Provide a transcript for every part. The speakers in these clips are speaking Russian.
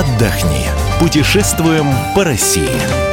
отдохни. Путешествуем по России.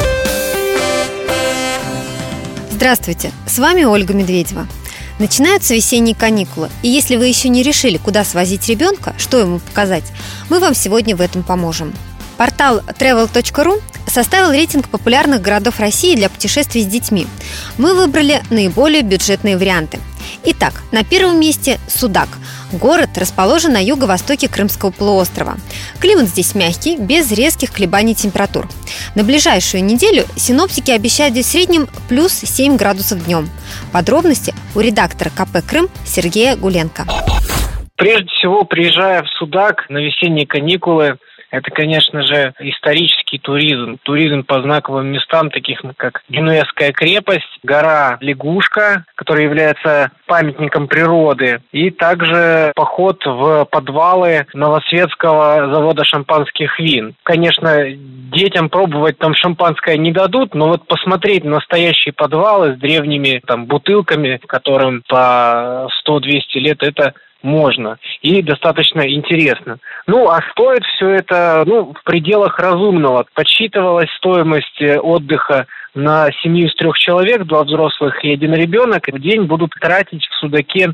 Здравствуйте, с вами Ольга Медведева. Начинаются весенние каникулы, и если вы еще не решили, куда свозить ребенка, что ему показать, мы вам сегодня в этом поможем. Портал travel.ru составил рейтинг популярных городов России для путешествий с детьми. Мы выбрали наиболее бюджетные варианты. Итак, на первом месте Судак. Город расположен на юго-востоке Крымского полуострова. Климат здесь мягкий, без резких колебаний температур. На ближайшую неделю синоптики обещают в среднем плюс 7 градусов днем. Подробности у редактора КП «Крым» Сергея Гуленко. Прежде всего, приезжая в Судак на весенние каникулы, это, конечно же, исторический туризм. Туризм по знаковым местам, таких как Генуэзская крепость, гора Лягушка, которая является памятником природы, и также поход в подвалы Новосветского завода шампанских вин. Конечно, детям пробовать там шампанское не дадут, но вот посмотреть настоящие подвалы с древними бутылками, которым по 100-200 лет, это можно и достаточно интересно. А стоит все это в пределах разумного. Подсчитывалась стоимость отдыха на семью из 3 человек, 2 взрослых и 1 ребенок. В день будут тратить в Судаке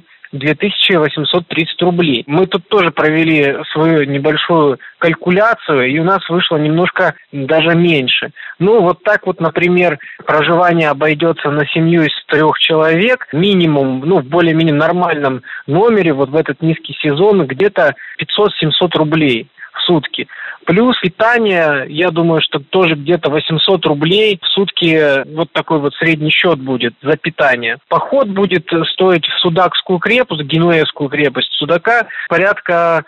2830 рублей. Мы тут тоже провели свою небольшую калькуляцию, и у нас вышло немножко даже меньше. Например, проживание обойдется на семью из 3 человек минимум, в более-менее нормальном номере, в этот низкий сезон, где-то 500-700 рублей в сутки. Плюс питание, я думаю, что тоже где-то 800 рублей в сутки, такой средний счет будет за питание. Поход будет стоить в Судакскую крепость, Генуэзскую крепость Судака, порядка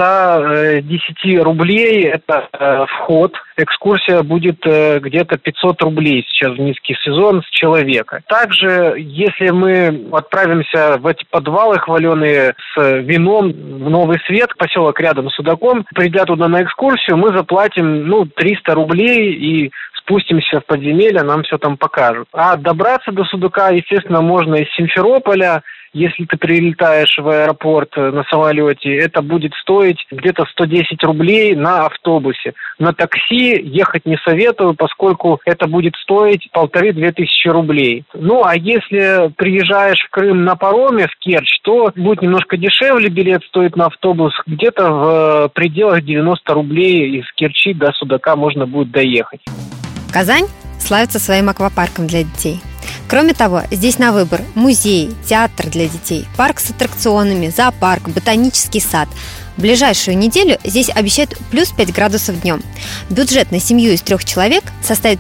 110 рублей, это вход. Экскурсия будет где-то 500 рублей сейчас в низкий сезон с человека. Также, если мы отправимся в эти подвалы хваленые с вином в Новый Свет, поселок рядом с Судаком, придя туда на экскурсию, мы заплатим 300 рублей и спустимся в подземелье, нам все там покажут. А добраться до Судака, естественно, можно из Симферополя. Если ты прилетаешь в аэропорт на самолете, это будет стоить где-то 110 рублей на автобусе. На такси ехать не советую, поскольку это будет стоить 1500-2000 рублей. А если приезжаешь в Крым на пароме в Керчь, то будет немножко дешевле, билет стоит на автобус. Где-то в пределах 90 рублей из Керчи до Судака можно будет доехать. Казань славится своим аквапарком для детей. Кроме того, здесь на выбор музей, театр для детей, парк с аттракционами, зоопарк, ботанический сад. В ближайшую неделю здесь обещают плюс 5 градусов днем. Бюджет на семью из 3 человек составит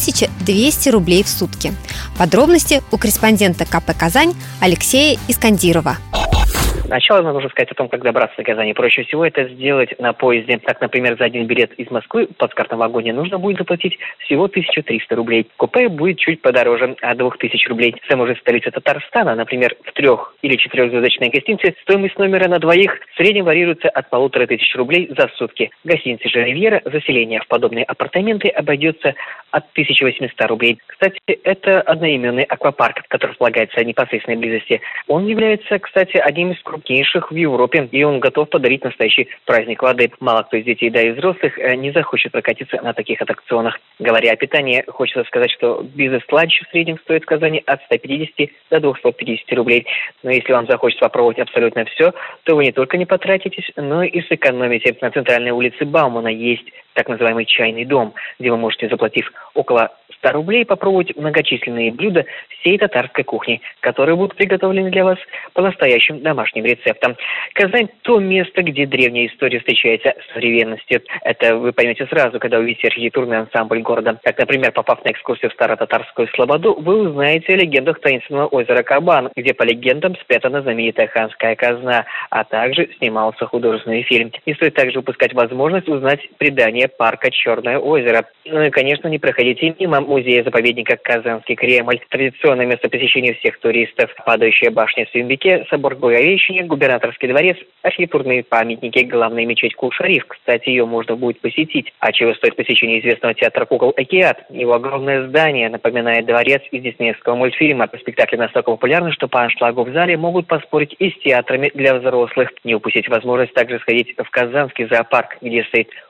3200 рублей в сутки. Подробности у корреспондента КП «Казань» Алексея Искандирова. Сначала нужно сказать о том, как добраться до Казани. Проще всего это сделать на поезде. Так, например, за один билет из Москвы в плацкартном вагоне нужно будет заплатить всего 1300 рублей. Купе будет чуть подороже, от 2000 рублей. В самой же столице Татарстана, например, в 3- или 4-звездочной гостинице, стоимость номера на двоих в среднем варьируется от 1500 рублей за сутки. В гостинице же «Ривьера» заселение в подобные апартаменты обойдется от 1800 рублей. Кстати, это одноименный аквапарк, который располагается в непосредственной близости. Он является, кстати, одним из крупнейших в Европе, и он готов подарить настоящий праздник воды. Мало кто из детей, да и взрослых, не захочет прокатиться на таких аттракционах. Говоря о питании, хочется сказать, что бизнес-ланч в среднем стоит в Казани от 150 до 250 рублей. Но если вам захочется попробовать абсолютно все, то вы не только не потратитесь, но и сэкономите. На центральной улице Баумана есть так называемый чайный дом, где вы можете, заплатив около 100 рублей, попробовать многочисленные блюда всей татарской кухни, которые будут приготовлены для вас по настоящим домашним рецептам. Казань – то место, где древняя история встречается с современностью. Это вы поймете сразу, когда увидите архитектурный ансамбль города. Как, например, попав на экскурсию в Старо-Татарскую слободу, вы узнаете о легендах таинственного озера Кабан, где, по легендам, спрятана знаменитая ханская казна, а также снимался художественный фильм. Не стоит также упускать возможность узнать предание парка «Черное озеро». И, конечно, не проходите мимо музея-заповедника Казанский Кремль. Традиционное место посещения всех туристов. Падающая башня в Сюмбике, собор Благовещения, губернаторский дворец, архитектурные памятники, главная мечеть Кул-Шариф. Кстати, ее можно будет посетить. А чего стоит посещение известного театра кукол «Океат»? Его огромное здание напоминает дворец из диснеевского мультфильма. Спектакли настолько популярны, что по аншлагу в зале могут поспорить и с театрами для взрослых. Не упустить возможность также сходить в Казанский зоопарк, где стоит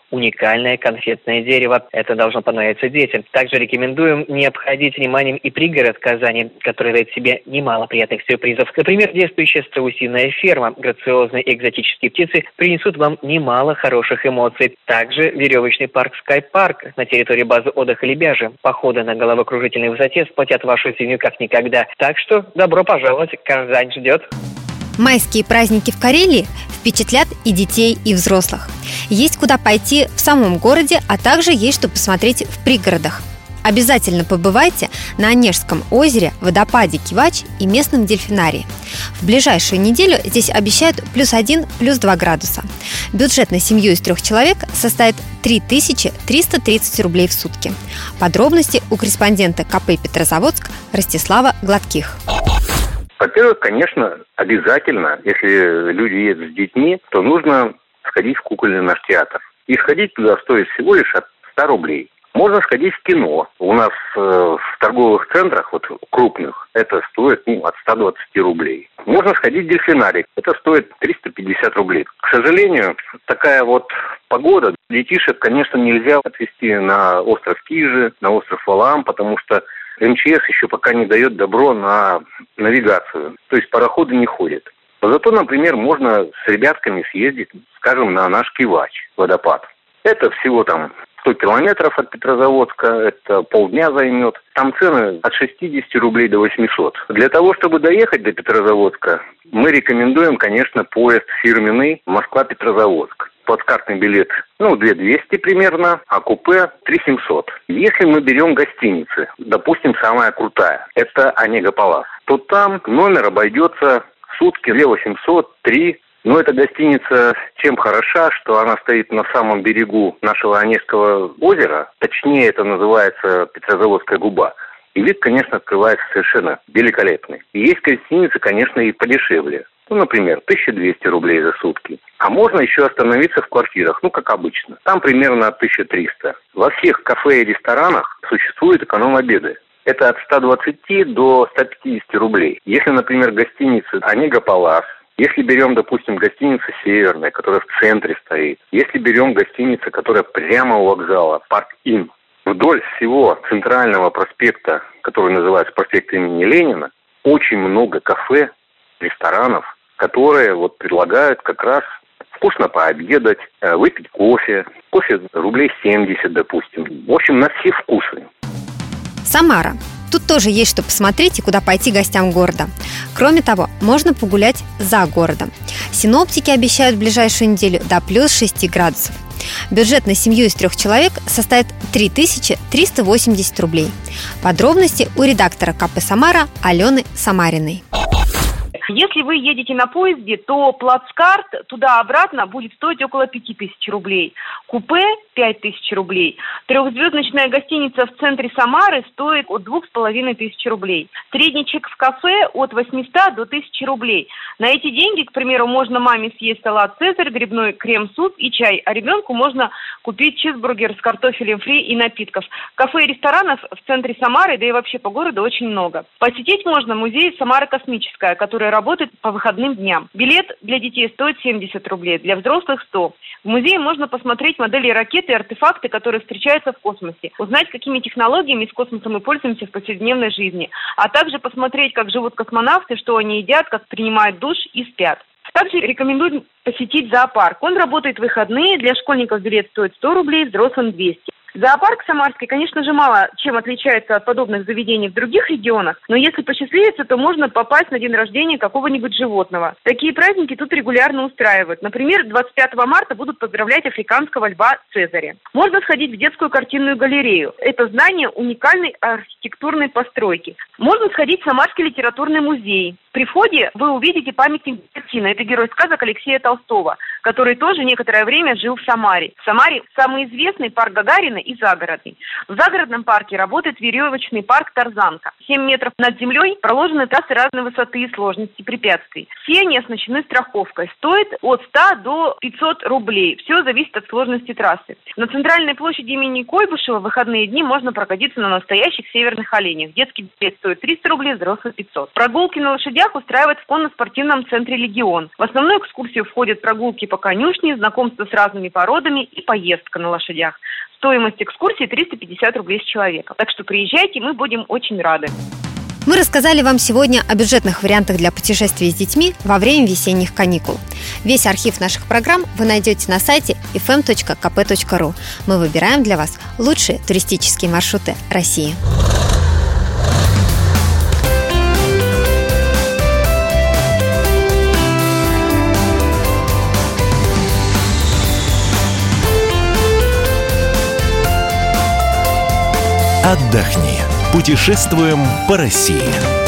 уникальное конфетное дерево. Это должно понравиться детям. Также рекомендуем не обходить вниманием и пригород Казани, который дает себе немало приятных сюрпризов. Например, действующая страусиная ферма. Грациозные и экзотические птицы принесут вам немало хороших эмоций. Также веревочный парк Скайпарк на территории базы отдыха Лебяжье. Походы на головокружительной высоте сплотят вашу семью как никогда. Так что добро пожаловать, Казань ждет. Майские праздники в Карелии впечатлят и детей, и взрослых. Есть куда пойти в самом городе, а также есть что посмотреть в пригородах. Обязательно побывайте на Онежском озере, водопаде Кивач и местном дельфинарии. В ближайшую неделю здесь обещают +1, +2 градуса. Бюджет на семью из 3 человек составит 3330 рублей в сутки. Подробности у корреспондента КП «Петрозаводск» Ростислава Гладких. Во-первых, конечно, обязательно, если люди едут с детьми, то нужно сходить в кукольный наш театр. И сходить туда стоит всего лишь от 100 рублей. Можно сходить в кино. У нас в торговых центрах, вот крупных, это стоит от 120 рублей. Можно сходить в дельфинарий. Это стоит 350 рублей. К сожалению, такая вот погода. Детишек, конечно, нельзя отвезти на остров Кижи, на остров Валаам, потому что МЧС еще пока не дает добро на навигацию. То есть пароходы не ходят. Зато, например, можно с ребятками съездить, скажем, на наш Кивач, водопад. Это всего там 100 километров от Петрозаводска, это полдня займет. Там цены от 60 рублей до 800. Для того, чтобы доехать до Петрозаводска, мы рекомендуем, конечно, поезд фирменный Москва-Петрозаводск. Плацкартный билет, 2200 примерно, а купе 3700. Если мы берем гостиницы, допустим, самая крутая, это Онега Палас, то там номер обойдется в сутки 2800, 3. Но эта гостиница чем хороша, что она стоит на самом берегу нашего Онежского озера, точнее это называется Петрозаводская губа. И вид, конечно, открывается совершенно великолепный. И есть гостиницы, конечно, и подешевле. Например, 1200 рублей за сутки. А можно еще остановиться в квартирах, как обычно. Там примерно от 1300. Во всех кафе и ресторанах существуют эконом-обеды. Это от 120 до 150 рублей. Если, например, гостиница Онега Палас, если берем, допустим, гостиницу «Северная», которая в центре стоит, если берем гостиницу, которая прямо у вокзала, «Парк Ин», вдоль всего центрального проспекта, который называется проспект имени Ленина, очень много кафе, ресторанов, которые предлагают как раз вкусно пообедать, выпить кофе. Кофе рублей 70, допустим. В общем, на все вкусы. Самара. Тут тоже есть что посмотреть и куда пойти гостям города. Кроме того, можно погулять за городом. Синоптики обещают в ближайшую неделю до +6 градусов. Бюджет на семью из 3 человек составит 3380 рублей. Подробности у редактора КП «Самара» Алены Самариной. Если вы едете на поезде, то плацкарт туда-обратно будет стоить около 5000 рублей. Купе – 5000 рублей. 3-звездочная гостиница в центре Самары стоит от 2500 рублей. Средний чек в кафе от 800 до 1000 рублей. На эти деньги, к примеру, можно маме съесть салат «Цезарь», грибной крем-суп и чай, а ребенку можно купить чизбургер с картофелем фри и напитков. Кафе и ресторанов в центре Самары, да и вообще по городу очень много. Посетить можно музей «Самара космическая», который работает по выходным дням. Билет для детей стоит 70 рублей, для взрослых 100. В музее можно посмотреть модели ракет и артефакты, которые встречаются в космосе, узнать, какими технологиями с космосом мы пользуемся в повседневной жизни, а также посмотреть, как живут космонавты, что они едят, как принимают душ и спят. Также рекомендуем посетить зоопарк. Он работает в выходные, для школьников билет стоит 100 рублей, взрослым 200. Зоопарк самарский, конечно же, мало чем отличается от подобных заведений в других регионах, но если посчастливится, то можно попасть на день рождения какого-нибудь животного. Такие праздники тут регулярно устраивают. Например, 25 марта будут поздравлять африканского льва Цезаря. Можно сходить в детскую картинную галерею. Это здание уникальной архитектурной постройки. Можно сходить в Самарский литературный музей. При входе вы увидите памятник Буратино. Это герой сказок Алексея Толстого, который тоже некоторое время жил в Самаре. В Самаре самый известный парк Гагарина федеральный и загородный. В загородном парке работает веревочный парк «Тарзанка». 7 метров над землей проложены трассы разной высоты и сложности препятствий. Все они оснащены страховкой. Стоит от 100 до 500 рублей. Все зависит от сложности трассы. На центральной площади имени Куйбышева в выходные дни можно прокатиться на настоящих северных оленях. Детский билет стоит 300 рублей, взрослый 500. Прогулки на лошадях устраивают в конно-спортивном центре «Легион». В основную экскурсию входят прогулки по конюшне, знакомство с разными породами и поездка на лошадях. Стоимость экскурсии 350 рублей с человека. Так что приезжайте, мы будем очень рады. Мы рассказали вам сегодня о бюджетных вариантах для путешествий с детьми во время весенних каникул. Весь архив наших программ вы найдете на сайте fm.kp.ru. Мы выбираем для вас лучшие туристические маршруты России. Отдохни. Путешествуем по России.